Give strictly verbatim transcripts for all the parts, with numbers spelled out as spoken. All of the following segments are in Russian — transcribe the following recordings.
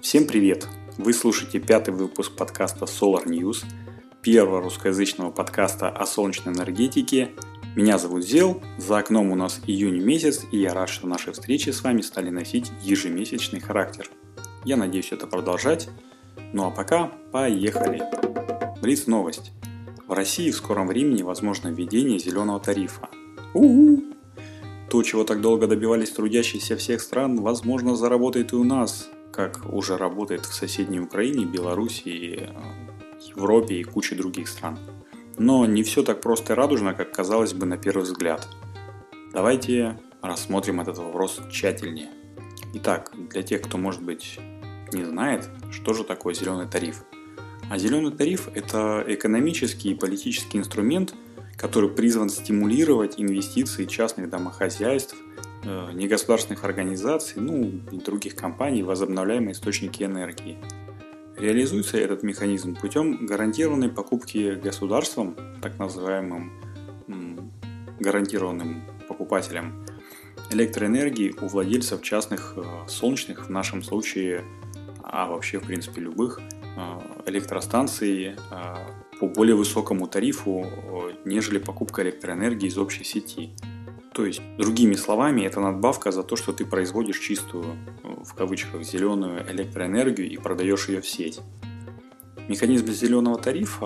Всем привет! Вы слушаете пятый выпуск подкаста Solar News, первого русскоязычного подкаста о солнечной энергетике. Меня зовут Зел, за окном у нас июнь месяц, и я рад, что наши встречи с вами стали носить ежемесячный характер. Я надеюсь это продолжать. Ну а пока поехали! Блиц новость. В России в скором времени возможно введение зеленого тарифа. У-у-у! То, чего так долго добивались трудящиеся всех стран, возможно, заработает и у нас, как уже работает в соседней Украине, Белоруссии, Европе и куче других стран. Но не все так просто и радужно, как казалось бы на первый взгляд. Давайте рассмотрим этот вопрос тщательнее. Итак, для тех, кто, может быть, не знает, что же такое зеленый тариф. А зеленый тариф – это экономический и политический инструмент, который призван стимулировать инвестиции частных домохозяйств, негосударственных организаций, ну и других компаний в возобновляемые источники энергии. Реализуется этот механизм путем гарантированной покупки государством, так называемым м, гарантированным покупателем, электроэнергии у владельцев частных э, солнечных, в нашем случае, а вообще в принципе любых, э, электростанций э, по более высокому тарифу, э, нежели покупка электроэнергии из общей сети. То есть, другими словами, это надбавка за то, что ты производишь чистую, в кавычках, зеленую электроэнергию и продаешь ее в сеть. Механизм зеленого тарифа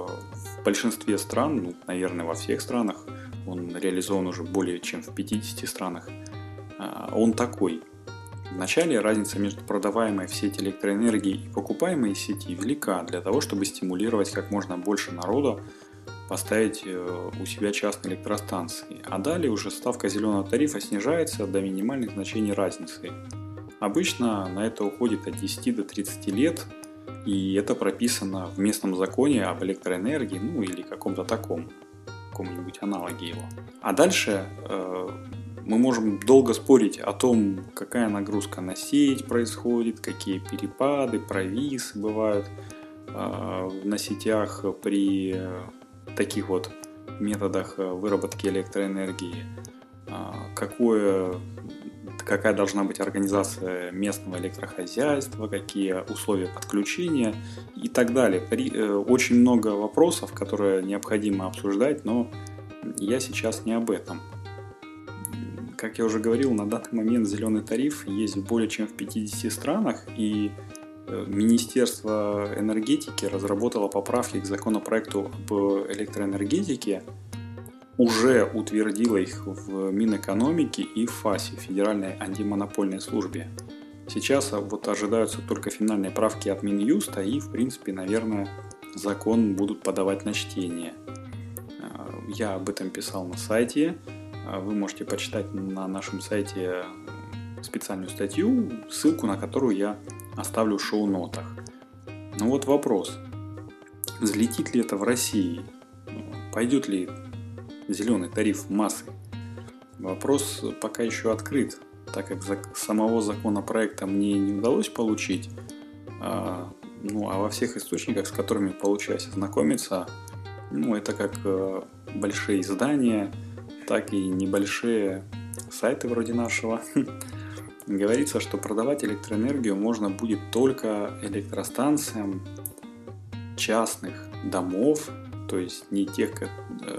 в большинстве стран, ну, наверное, во всех странах, он реализован уже более чем в пятидесяти странах, он такой. Вначале разница между продаваемой в сеть электроэнергией и покупаемой из сети велика для того, чтобы стимулировать как можно больше народа поставить у себя частные электростанции. А далее уже ставка зеленого тарифа снижается до минимальных значений разницы. Обычно на это уходит от десяти до тридцати лет, и это прописано в местном законе об электроэнергии, ну или каком-то таком, каком-нибудь аналоге его. А дальше э, мы можем долго спорить о том, какая нагрузка на сеть происходит, какие перепады, провисы бывают э, на сетях при э, таких вот методах выработки электроэнергии, какое, какая должна быть организация местного электрохозяйства, какие условия подключения и так далее. Очень много вопросов, которые необходимо обсуждать, но я сейчас не об этом. Как я уже говорил, на данный момент зеленый тариф есть более чем в пятидесяти странах, и Министерство энергетики разработало поправки к законопроекту об электроэнергетике, уже утвердило их в Минэкономике и в ФАСе, Федеральной антимонопольной службе. Сейчас вот ожидаются только финальные правки от Минюста и, в принципе, наверное, закон будут подавать на чтение. Я об этом писал на сайте. Вы можете почитать на нашем сайте специальную статью, ссылку на которую я оставлю в шоу-нотах. Но вот вопрос. Взлетит ли это в России? Пойдет ли зеленый тариф массой? Вопрос пока еще открыт, так как самого законопроекта мне не удалось получить. А, ну, а во всех источниках, с которыми получилось ознакомиться, ну, это как большие издания, так и небольшие сайты вроде нашего. Говорится, что продавать электроэнергию можно будет только электростанциям частных домов, то есть не тех, как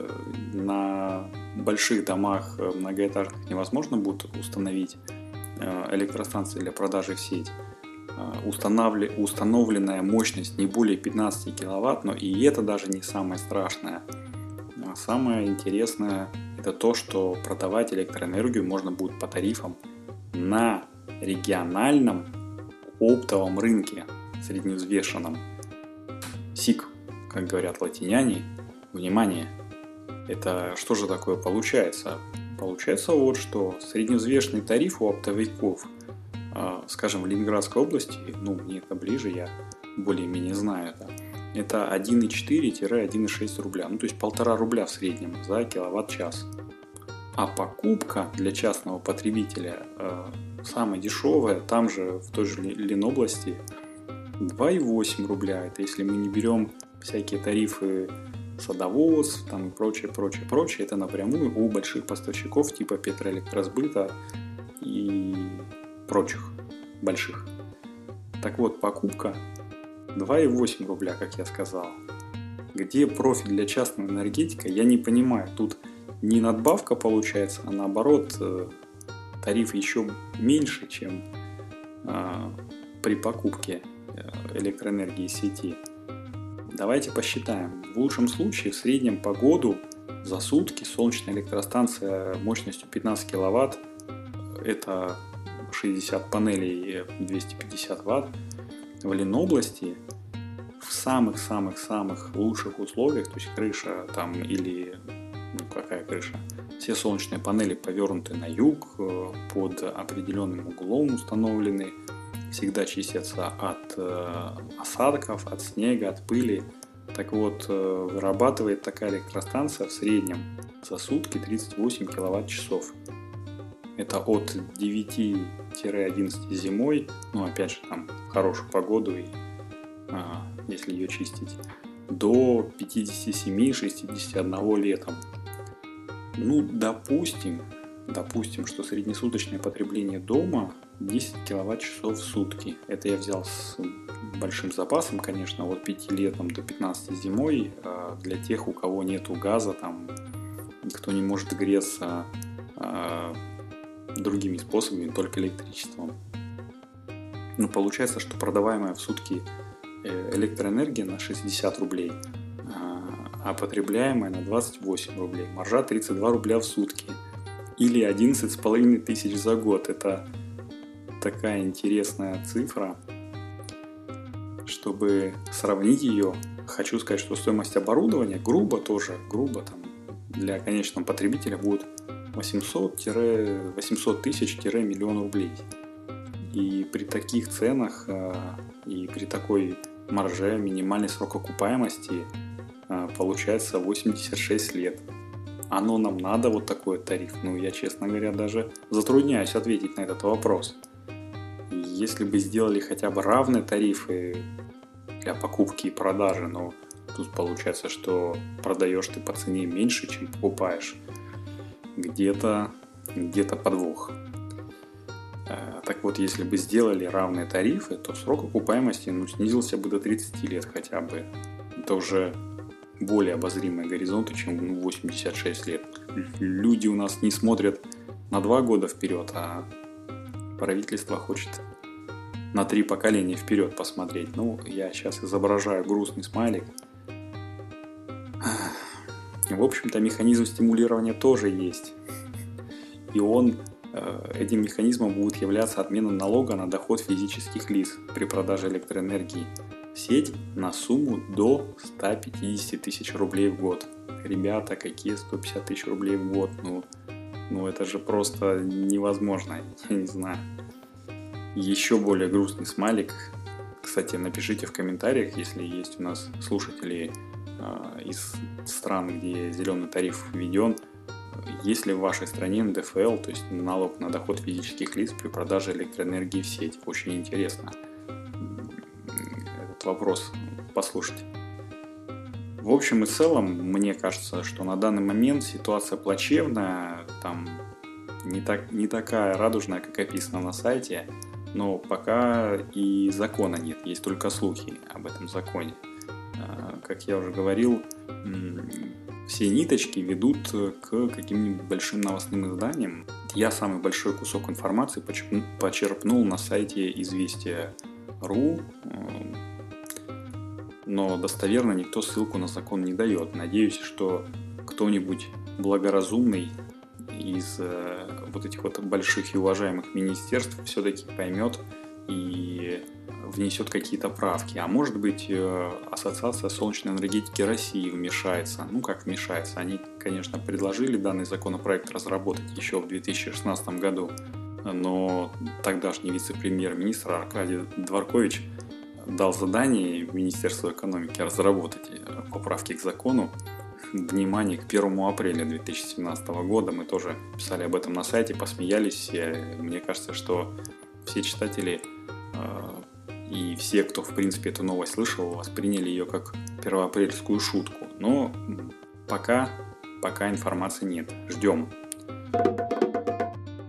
на больших домах многоэтажных невозможно будет установить электростанции для продажи в сеть. Установленная мощность не более пятнадцати киловатт, но и это даже не самое страшное. Самое интересное это то, что продавать электроэнергию можно будет по тарифам на региональном оптовом рынке, средневзвешенном. СИК, как говорят латиняне. Внимание! Это что же такое получается? Получается вот что. Средневзвешенный тариф у оптовиков, скажем, в Ленинградской области, ну мне это ближе, я более-менее знаю это, это один и четыре - один и шесть рубля, ну то есть полтора рубля в среднем за киловатт-час. А покупка для частного потребителя э, самая дешевая, там же в той же Ленобласти, два и восемь рубля. Это если мы не берем всякие тарифы садоводств там и прочее, прочее, прочее. Это напрямую у больших поставщиков типа Петроэлектросбыта и прочих больших. Так вот, покупка два и восемь рубля, как я сказал. Где профит для частного энергетика, я не понимаю. Тут не надбавка получается, а наоборот тариф еще меньше, чем э, при покупке электроэнергии из сети. Давайте посчитаем. В лучшем случае в среднем по году за сутки солнечная электростанция мощностью пятнадцать киловатт, это шестьдесят панелей двести пятьдесят ватт, в Ленобласти в самых-самых-самых лучших условиях, то есть крыша там или, ну какая крыша, все солнечные панели повернуты на юг, под определенным углом установлены, всегда чистятся от э, осадков, от снега, от пыли. Так вот, э, вырабатывает такая электростанция в среднем за сутки тридцать восемь киловатт-часов. Это от девяти одиннадцати зимой, ну опять же там в хорошую погоду, и, э, если ее чистить, до пятидесяти семи шестидесяти одного летом. Ну, допустим, допустим, что среднесуточное потребление дома десять киловатт-часов в сутки. Это я взял с большим запасом, конечно, от пяти летом до пятнадцати зимой. Для тех, у кого нету газа, там, кто не может греться другими способами, только электричеством. Ну, получается, что продаваемая в сутки электроэнергия на шестьдесят рублей, а потребляемая на двадцать восемь рублей. Маржа тридцать два рубля в сутки. Или одиннадцать с половиной тысяч за год. Это такая интересная цифра. Чтобы сравнить ее, хочу сказать, что стоимость оборудования грубо тоже, грубо там для конечного потребителя будет восемьсот тысяч-миллион рублей. И при таких ценах и при такой марже минимальный срок окупаемости получается восемьдесят шесть лет. Оно нам надо, вот такой тариф? Ну, я, честно говоря, даже затрудняюсь ответить на этот вопрос. Если бы сделали хотя бы равные тарифы для покупки и продажи, но тут получается, что продаешь ты по цене меньше, чем покупаешь. Где-то, где-то подвох. Так вот, если бы сделали равные тарифы, то срок окупаемости ну, снизился бы до тридцати лет хотя бы. Это уже более обозримые горизонты, чем ну, восемьдесят шесть лет. Люди у нас не смотрят на два года вперед, а правительство хочет на три поколения вперед посмотреть. Ну, я сейчас изображаю грустный смайлик. В общем-то, механизм стимулирования тоже есть. И он, этим механизмом будет являться отмена налога на доход физических лиц при продаже электроэнергии в сеть на сумму до ста пятидесяти тысяч рублей в год. Ребята, какие сто пятьдесят тысяч рублей в год? Ну, ну это же просто невозможно, я не знаю. Еще более грустный смайлик. Кстати, напишите в комментариях, если есть у нас слушатели э, из стран, где зеленый тариф введен, есть ли в вашей стране эн дэ эф эл, то есть налог на доход физических лиц при продаже электроэнергии в сеть. Очень интересно этот вопрос послушать. В общем и целом, мне кажется, что на данный момент ситуация плачевная, там не, так, не такая радужная, как описано на сайте, но пока и закона нет, есть только слухи об этом законе. Как я уже говорил, все ниточки ведут к каким-нибудь большим новостным изданиям. Я самый большой кусок информации почерпнул на сайте известия точка ру, но достоверно никто ссылку на закон не дает. Надеюсь, что кто-нибудь благоразумный из э, вот этих вот больших и уважаемых министерств все-таки поймет и внесет какие-то правки. А может быть, э, Ассоциация солнечной энергетики России вмешается. Ну, как вмешается? Они, конечно, предложили данный законопроект разработать еще в две тысячи шестнадцатом году, но тогдашний вице-премьер-министр Аркадий Дворкович дал задание Министерству экономики разработать поправки к закону. Внимание, к первому апреля две тысячи семнадцатого года. Мы тоже писали об этом на сайте, посмеялись. Мне кажется, что все читатели э, и все, кто в принципе эту новость слышал, восприняли ее как первоапрельскую шутку. Но пока, пока информации нет. Ждем. Ждем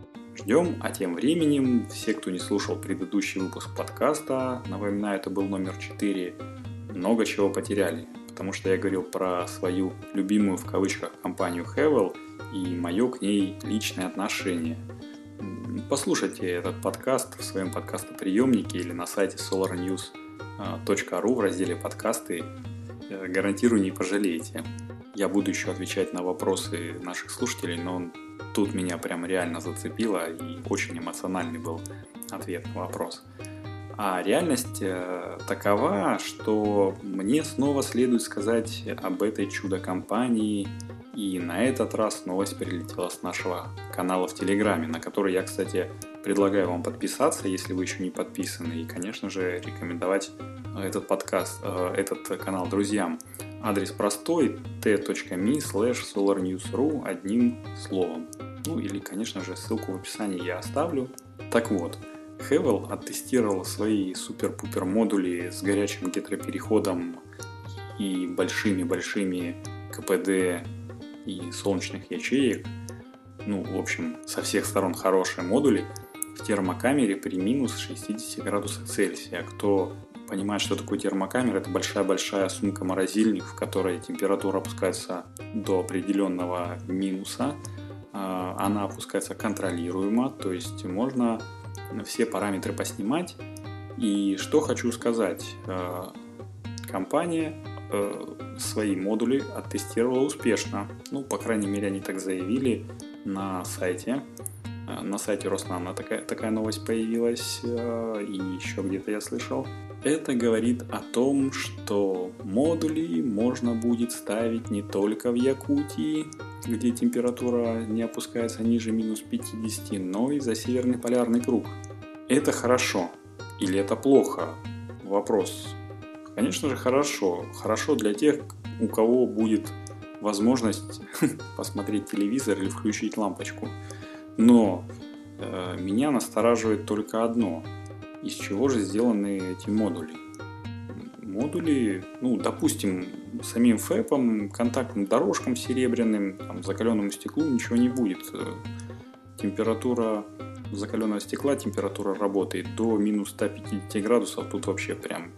подождем, а тем временем все, кто не слушал предыдущий выпуск подкаста, напоминаю, это был номер четыре, много чего потеряли, потому что я говорил про свою любимую в кавычках компанию Havel и мое к ней личное отношение. Послушайте этот подкаст в своем подкастоприемнике или на сайте solar news точка ру в разделе «Подкасты». Гарантирую, не пожалеете. Я буду еще отвечать на вопросы наших слушателей, но тут меня прям реально зацепило и очень эмоциональный был ответ на вопрос. А реальность такова, что мне снова следует сказать об этой чудо-компании. И на этот раз новость прилетела с нашего канала в Телеграме, на который я, кстати, предлагаю вам подписаться, если вы еще не подписаны. И, конечно же, рекомендовать этот подкаст, этот канал друзьям. Адрес простой: t.me slash solarnewsru одним словом. Ну или, конечно же, ссылку в описании я оставлю. Так вот, Havel оттестировал свои супер-пупер модули с горячим гетеропереходом и большими-большими КПД и солнечных ячеек. Ну, в общем, со всех сторон хорошие модули в термокамере при минус шестьдесят градусах Цельсия. Кто понимает, что такое термокамера, это большая-большая сумка-морозильник, в которой температура опускается до определенного минуса. Она опускается контролируемо, то есть можно все параметры поснимать. И что хочу сказать, компания свои модули оттестировала успешно. Ну, по крайней мере, они так заявили на сайте. На сайте Роснана такая, такая новость появилась, и еще где-то я слышал. Это говорит о том, что модули можно будет ставить не только в Якутии, где температура не опускается ниже минус пятьдесят, но и за Северный полярный круг. Это хорошо или это плохо? Вопрос. Конечно же, хорошо. Хорошо для тех, у кого будет возможность посмотреть телевизор или включить лампочку. Но э, меня настораживает только одно. Из чего же сделаны эти модули? Модули, ну, допустим, самим фэпом, контактным дорожкам серебряным, там, закаленному стеклу ничего не будет. Температура закаленного стекла, температура работает до минус ста пятидесяти градусов. Тут вообще прям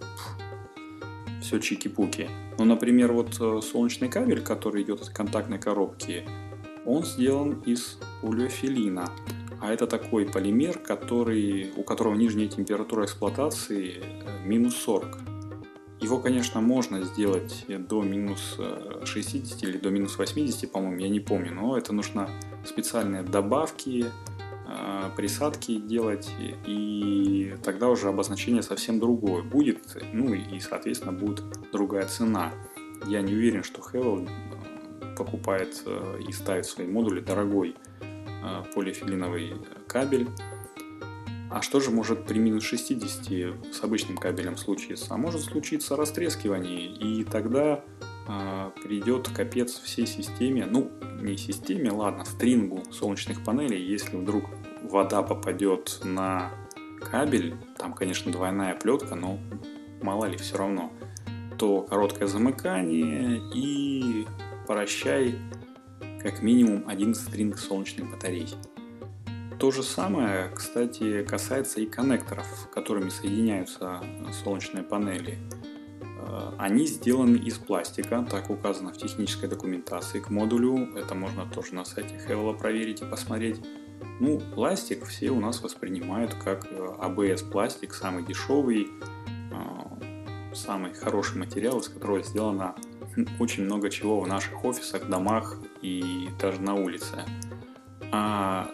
все чики-пуки. Но, например, вот солнечный кабель, который идет из контактной коробки, он сделан из полиофилина. А это такой полимер, который, у которого нижняя температура эксплуатации минус сорок. Его, конечно, можно сделать до минус шестидесяти или до минус восьмидесяти, по-моему, я не помню. Но это нужно специальные добавки, присадки делать, и тогда уже обозначение совсем другое будет, ну и, соответственно, будет другая цена. Я не уверен, что Havel покупает и ставит в свои модули дорогой полиэфилиновый кабель. А что же может при минус шестидесяти с обычным кабелем случиться? А может случиться растрескивание, и тогда э, придет капец всей системе, ну не системе, ладно, стрингу солнечных панелей. Если вдруг вода попадет на кабель, там, конечно, двойная плетка, но мало ли, все равно, то короткое замыкание и прощай как минимум один стринг солнечных батарей. То же самое, кстати, касается и коннекторов, которыми соединяются солнечные панели. Они сделаны из пластика, так указано в технической документации к модулю. Это можно тоже на сайте Havel проверить и посмотреть. Ну, пластик все у нас воспринимают как эй би эс-пластик, самый дешевый, самый хороший материал, из которого сделано очень много чего в наших офисах, домах и даже на улице. А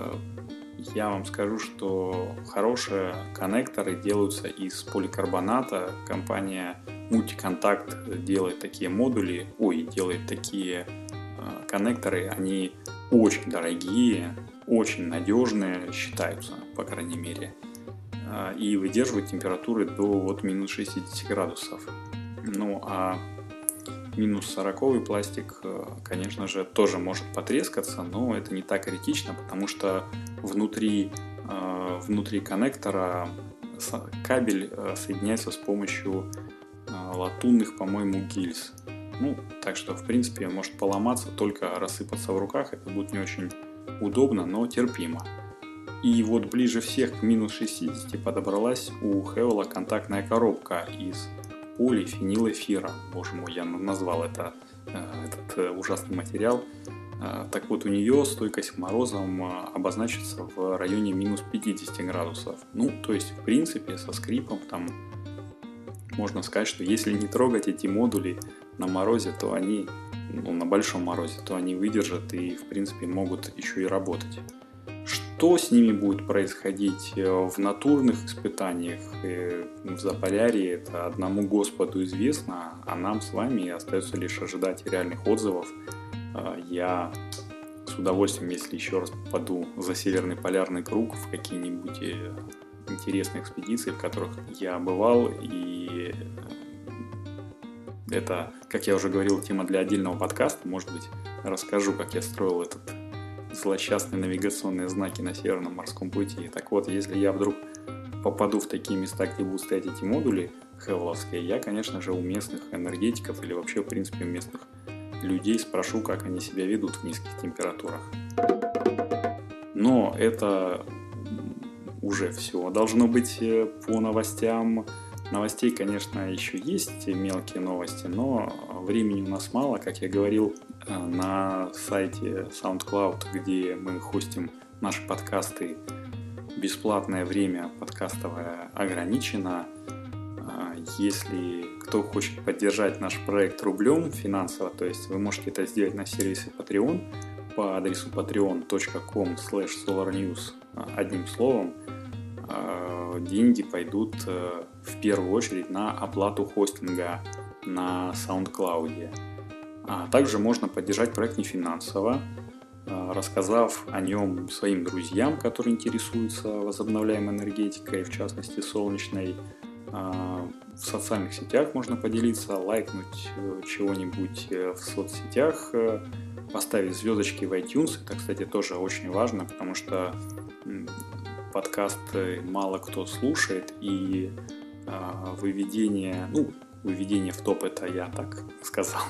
я вам скажу, что хорошие коннекторы делаются из поликарбоната. Компания Multicontact делает такие модули, ой, делает такие э, коннекторы. Они очень дорогие, очень надежные, считаются, по крайней мере, э, и выдерживают температуры до вот минус шестидесяти градусов. Ну а минус сороковый пластик, конечно же, тоже может потрескаться, но это не так критично, потому что внутри, внутри коннектора кабель соединяется с помощью латунных, по-моему, гильз. Ну, так что, в принципе, может поломаться, только рассыпаться в руках. Это будет не очень удобно, но терпимо. И вот ближе всех к минус шестидесяти подобралась у Хевела контактная коробка из полифенилэфира. Боже мой, я назвал это, этот ужасный материал. Так вот, у нее стойкость к морозам обозначится в районе минус пятидесяти градусов. Ну, то есть, в принципе, со скрипом там можно сказать, что если не трогать эти модули на морозе, то они, ну, на большом морозе, то они выдержат и, в принципе, могут еще и работать. Что с ними будет происходить в натурных испытаниях в Заполярье, это одному Господу известно, а нам с вами остается лишь ожидать реальных отзывов. Я с удовольствием, если еще раз попаду за Северный полярный круг в какие-нибудь интересные экспедиции, в которых я бывал, и это, как я уже говорил, тема для отдельного подкаста. Может быть, расскажу, как я строил этот злосчастные навигационные знаки на Северном морском пути. Так вот, если я вдруг попаду в такие места, где будут стоять эти модули хевеловские, я, конечно же, у местных энергетиков или вообще, в принципе, у местных людей спрошу, как они себя ведут в низких температурах. Но это уже все должно быть по новостям. Новостей, конечно, еще есть мелкие новости, но времени у нас мало. Как я говорил, на сайте SoundCloud, где мы хостим наши подкасты, бесплатное время подкастовое ограничено. Если кто хочет поддержать наш проект рублем финансово, то есть вы можете это сделать на сервисе Patreon по адресу patreon точка com слэш solarnews одним словом. Деньги пойдут в первую очередь на оплату хостинга на SoundCloud. А также можно поддержать проект нефинансово, рассказав о нем своим друзьям, которые интересуются возобновляемой энергетикой, в частности солнечной. В социальных сетях можно поделиться, лайкнуть чего-нибудь в соцсетях, поставить звездочки в iTunes. Это, кстати, тоже очень важно, потому что подкасты мало кто слушает, и выведение, ну, выведение в топ, это я так сказал.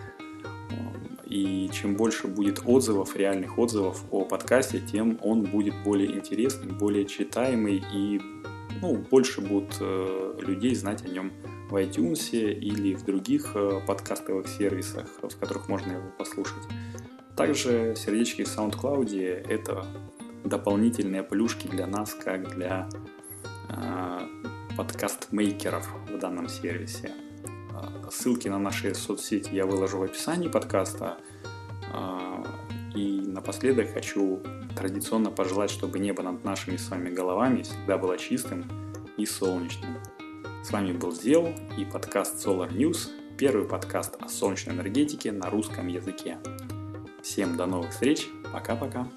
И чем больше будет отзывов, реальных отзывов о подкасте, тем он будет более интересный, более читаемый, и ну, больше будут э, людей знать о нем в iTunes или в других э, подкастовых сервисах, в которых можно его послушать. Также сердечки в SoundCloud — это дополнительные плюшки для нас, как для э, подкаст-мейкеров в данном сервисе. Ссылки на наши соцсети я выложу в описании подкаста. И напоследок хочу традиционно пожелать, чтобы небо над нашими с вами головами всегда было чистым и солнечным. С вами был Зел и подкаст Solar News, первый подкаст о солнечной энергетике на русском языке. Всем до новых встреч, пока-пока.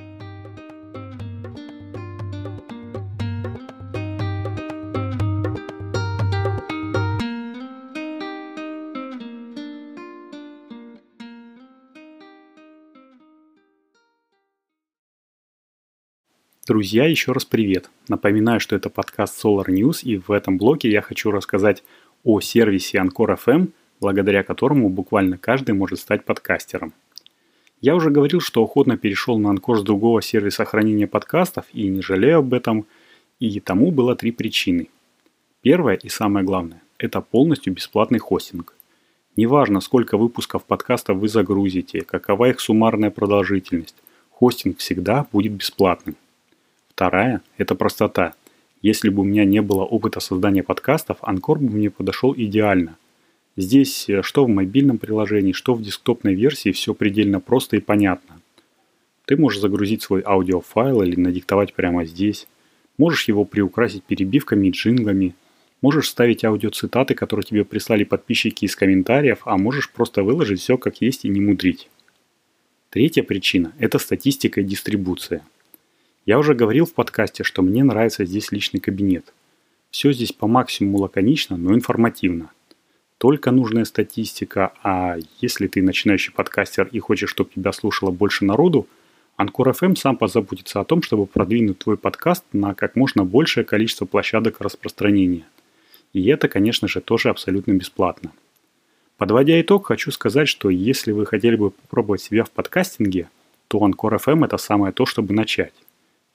Друзья, еще раз привет. Напоминаю, что это подкаст Solar News, и в этом блоке я хочу рассказать о сервисе Anchor эф эм, благодаря которому буквально каждый может стать подкастером. Я уже говорил, что охотно перешел на Anchor с другого сервиса хранения подкастов и не жалею об этом, и тому было три причины. Первая и самое главное – это полностью бесплатный хостинг. Неважно, сколько выпусков подкастов вы загрузите, какова их суммарная продолжительность, хостинг всегда будет бесплатным. Вторая – это простота. Если бы у меня не было опыта создания подкастов, Anchor бы мне подошел идеально. Здесь что в мобильном приложении, что в десктопной версии все предельно просто и понятно. Ты можешь загрузить свой аудиофайл или надиктовать прямо здесь. Можешь его приукрасить перебивками и джинглами. Можешь вставить аудиоцитаты, которые тебе прислали подписчики из комментариев, а можешь просто выложить все как есть и не мудрить. Третья причина – это статистика и дистрибуция. Я уже говорил в подкасте, что мне нравится здесь личный кабинет. Все здесь по максимуму лаконично, но информативно. Только нужная статистика, а если ты начинающий подкастер и хочешь, чтобы тебя слушало больше народу, Anchor эф эм сам позаботится о том, чтобы продвинуть твой подкаст на как можно большее количество площадок распространения. И это, конечно же, тоже абсолютно бесплатно. Подводя итог, хочу сказать, что если вы хотели бы попробовать себя в подкастинге, то Anchor эф эм это самое то, чтобы начать.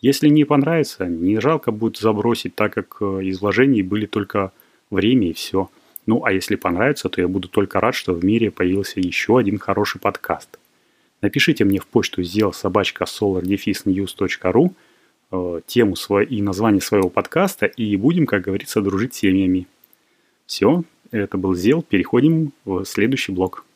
Если не понравится, не жалко будет забросить, так как из вложений были только время и все. Ну, а если понравится, то я буду только рад, что в мире появился еще один хороший подкаст. Напишите мне в почту зел собачка solar dash news точка ru э, тему свой, и название своего подкаста, и будем, как говорится, дружить семьями. Все, это был Зел. Переходим в следующий блок.